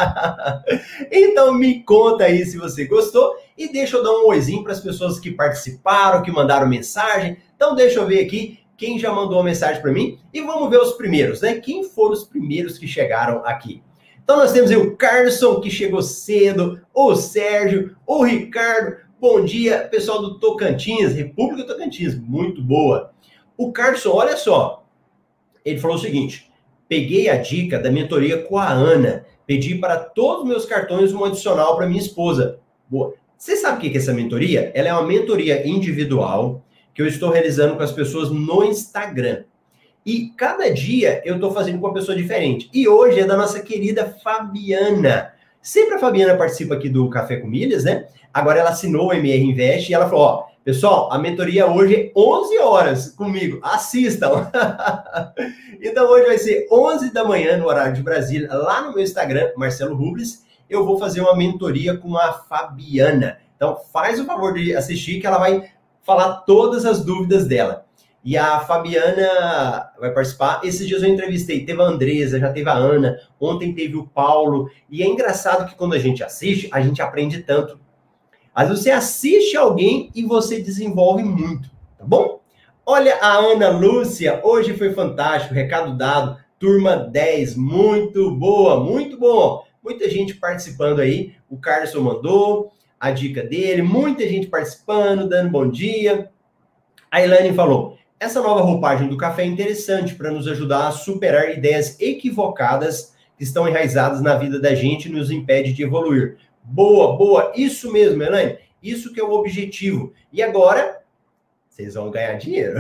Então me conta aí se você gostou e deixa eu dar um oizinho para as pessoas que participaram, que mandaram mensagem. Então deixa eu ver aqui quem já mandou uma mensagem para mim e vamos ver os primeiros, né? Quem foram os primeiros que chegaram aqui? Então nós temos aí o Carson, que chegou cedo, o Sérgio, o Ricardo. Bom dia, pessoal do Tocantins, República do Tocantins, muito boa. O Carson, olha só, ele falou o seguinte, peguei a dica da mentoria com a Ana, pedi para todos os meus cartões um adicional para minha esposa. Boa. Você sabe o que é essa mentoria? Ela é uma mentoria individual que eu estou realizando com as pessoas no Instagram. E cada dia eu estou fazendo com uma pessoa diferente. E hoje é da nossa querida Fabiana. Sempre a Fabiana participa aqui do Café com Milhas, né? Agora ela assinou o M R Invest e ela falou, ó, pessoal, a mentoria hoje é onze horas comigo, assistam. Então hoje vai ser onze da manhã no horário de Brasília, lá no meu Instagram, Marcelo Rubles, eu vou fazer uma mentoria com a Fabiana. Então faz o favor de assistir que ela vai falar todas as dúvidas dela. E a Fabiana vai participar. Esses dias eu entrevistei, teve a Andresa, já teve a Ana, ontem teve o Paulo. E é engraçado que quando a gente assiste, a gente aprende tanto. Às vezes você assiste alguém e você desenvolve muito, tá bom? Olha a Ana Lúcia, hoje foi fantástico, recado dado, turma dez, muito boa, muito bom. Muita gente participando aí, o Carson mandou a dica dele, muita gente participando, dando bom dia. A Elaine falou, essa nova roupagem do café é interessante para nos ajudar a superar ideias equivocadas que estão enraizadas na vida da gente e nos impede de evoluir. Boa, boa, isso mesmo, Elaine, isso que é o objetivo. E agora, vocês vão ganhar dinheiro.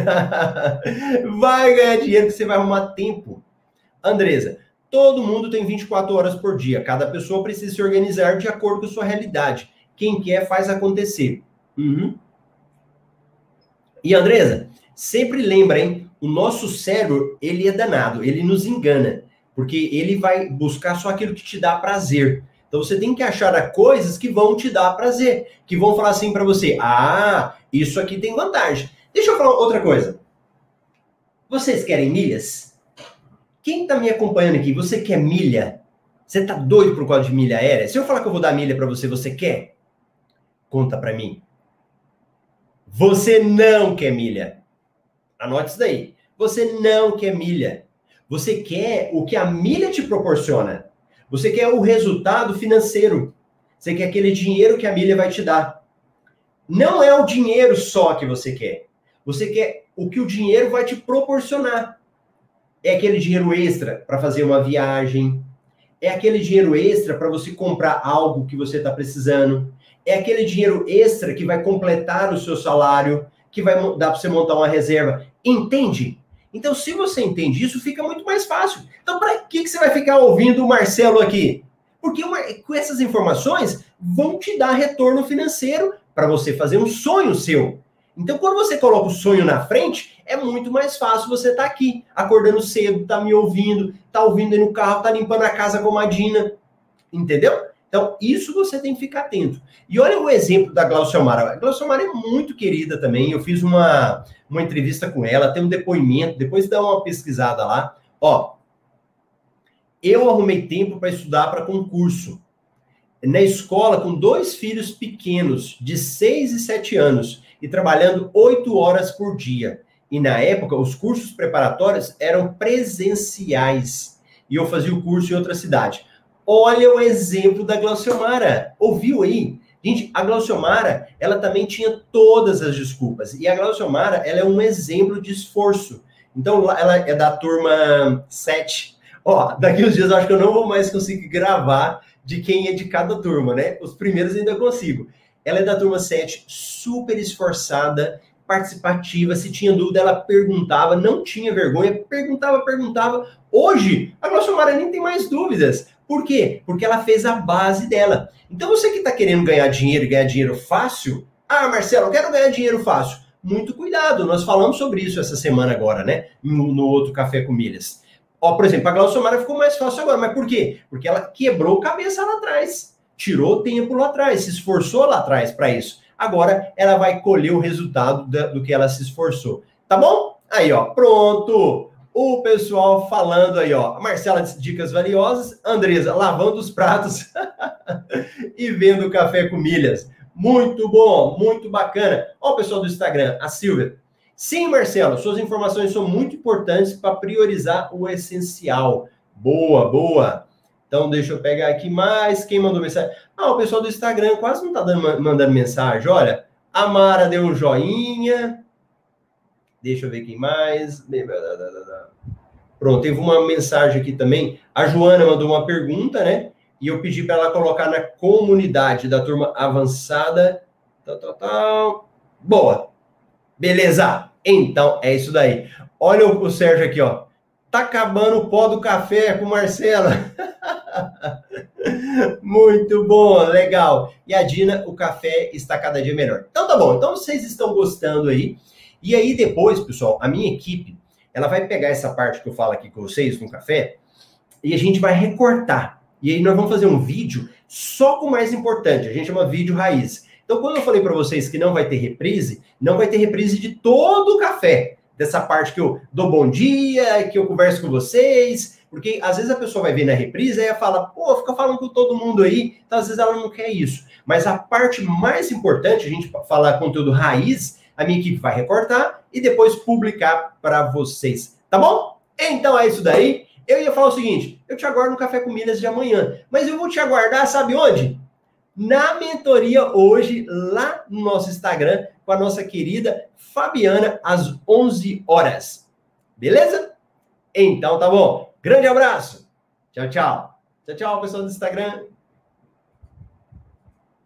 Vai ganhar dinheiro que você vai arrumar tempo. Andresa, todo mundo tem vinte e quatro horas por dia, cada pessoa precisa se organizar de acordo com a sua realidade. Quem quer faz acontecer. Uhum. E Andresa, sempre lembra, hein? O nosso cérebro, ele é danado, ele nos engana, porque ele vai buscar só aquilo que te dá prazer. Então você tem que achar coisas que vão te dar prazer, que vão falar assim para você, ah, isso aqui tem vantagem. Deixa eu falar outra coisa. Vocês querem milhas? Quem tá me acompanhando aqui, você quer milha? Você tá doido por causa de milha aérea? Se eu falar que eu vou dar milha para você, você quer? Conta para mim. Você não quer milha. Anote isso daí. Você não quer milha. Você quer o que a milha te proporciona. Você quer o resultado financeiro. Você quer aquele dinheiro que a milha vai te dar. Não é o dinheiro só que você quer. Você quer o que o dinheiro vai te proporcionar. É aquele dinheiro extra para fazer uma viagem. É aquele dinheiro extra para você comprar algo que você está precisando. É aquele dinheiro extra que vai completar o seu salário, que vai dar para você montar uma reserva. Entende? Então, se você entende isso, fica muito mais fácil. Então, para que, que você vai ficar ouvindo o Marcelo aqui? Porque uma, com essas informações vão te dar retorno financeiro para você fazer um sonho seu. Então, quando você coloca o sonho na frente, é muito mais fácil você estar tá aqui, acordando cedo, tá me ouvindo, tá ouvindo aí no carro, tá limpando a casa com a Dina. Entendeu? Então, isso você tem que ficar atento. E olha o exemplo da Glauciomara. A Glauciomara é muito querida também. Eu fiz uma, uma entrevista com ela, tem um depoimento, depois dá uma pesquisada lá. Ó, eu arrumei tempo para estudar para concurso. Na escola, com dois filhos pequenos, de seis e sete anos, e trabalhando oito horas por dia. E na época, os cursos preparatórios eram presenciais. E eu fazia o curso em outra cidade. Olha o exemplo da Glauciomara. Ouviu aí? Gente, a Glauciomara, ela também tinha todas as desculpas. E a Glauciomara, ela é um exemplo de esforço. Então, ela é da turma sete. Ó, daqui uns dias eu acho que eu não vou mais conseguir gravar de quem é de cada turma, né? Os primeiros ainda consigo. Ela é da turma sete, super esforçada, participativa. Se tinha dúvida, ela perguntava, não tinha vergonha, perguntava, perguntava. Hoje, a Glauciomara nem tem mais dúvidas. Por quê? Porque ela fez a base dela. Então, você que está querendo ganhar dinheiro e ganhar dinheiro fácil, ah, Marcelo, eu quero ganhar dinheiro fácil. muito cuidado. Nós falamos sobre isso essa semana agora, né? No, no outro Café com Milhas. Ó, por exemplo, a Glauciomara ficou mais fácil agora. Mas por quê? Porque ela quebrou cabeça lá atrás. Tirou tempo lá atrás. Se esforçou lá atrás para isso. Agora ela vai colher o resultado da, do que ela se esforçou. Tá bom? Aí, ó. Pronto. O pessoal falando aí, ó. Marcela, dicas valiosas. Andresa, lavando os pratos e vendo Café com Milhas. Muito bom, muito bacana. Ó o pessoal do Instagram, a Silvia. Sim, Marcelo, suas informações são muito importantes para priorizar o essencial. Boa, boa. Então, deixa eu pegar aqui mais. Quem mandou mensagem? Ah, o pessoal do Instagram quase não está dando, mandando mensagem. Olha, a Mara deu um joinha. Deixa eu ver quem mais. Pronto, teve uma mensagem aqui também. A Joana mandou uma pergunta, né? E eu pedi para ela colocar na comunidade da turma avançada. Tal, tal, tal. Boa. Beleza. Então, é isso daí. Olha o, o Sérgio aqui, ó. Tá acabando o pó do café com Marcela. Muito bom, legal. E a Dina, o café está cada dia melhor. Então tá bom. Então vocês estão gostando aí. E aí depois, pessoal, a minha equipe, ela vai pegar essa parte que eu falo aqui com vocês no café e a gente vai recortar. E aí nós vamos fazer um vídeo só com o mais importante. A gente chama vídeo raiz. Então, quando eu falei para vocês que não vai ter reprise, não vai ter reprise de todo o café. Dessa parte que eu dou bom dia, que eu converso com vocês. Porque às vezes a pessoa vai ver na reprise e ela fala, pô, fica falando com todo mundo aí. Então, às vezes ela não quer isso. Mas a parte mais importante, a gente falar conteúdo raiz, a minha equipe vai recortar e depois publicar para vocês. Tá bom? Então é isso daí. Eu ia falar o seguinte, eu te aguardo no Café com Milhas de amanhã, mas eu vou te aguardar, sabe onde? Na mentoria hoje, lá no nosso Instagram, com a nossa querida Fabiana, às onze horas. Beleza? Então tá bom. Grande abraço. Tchau, tchau. Tchau, tchau, pessoal do Instagram.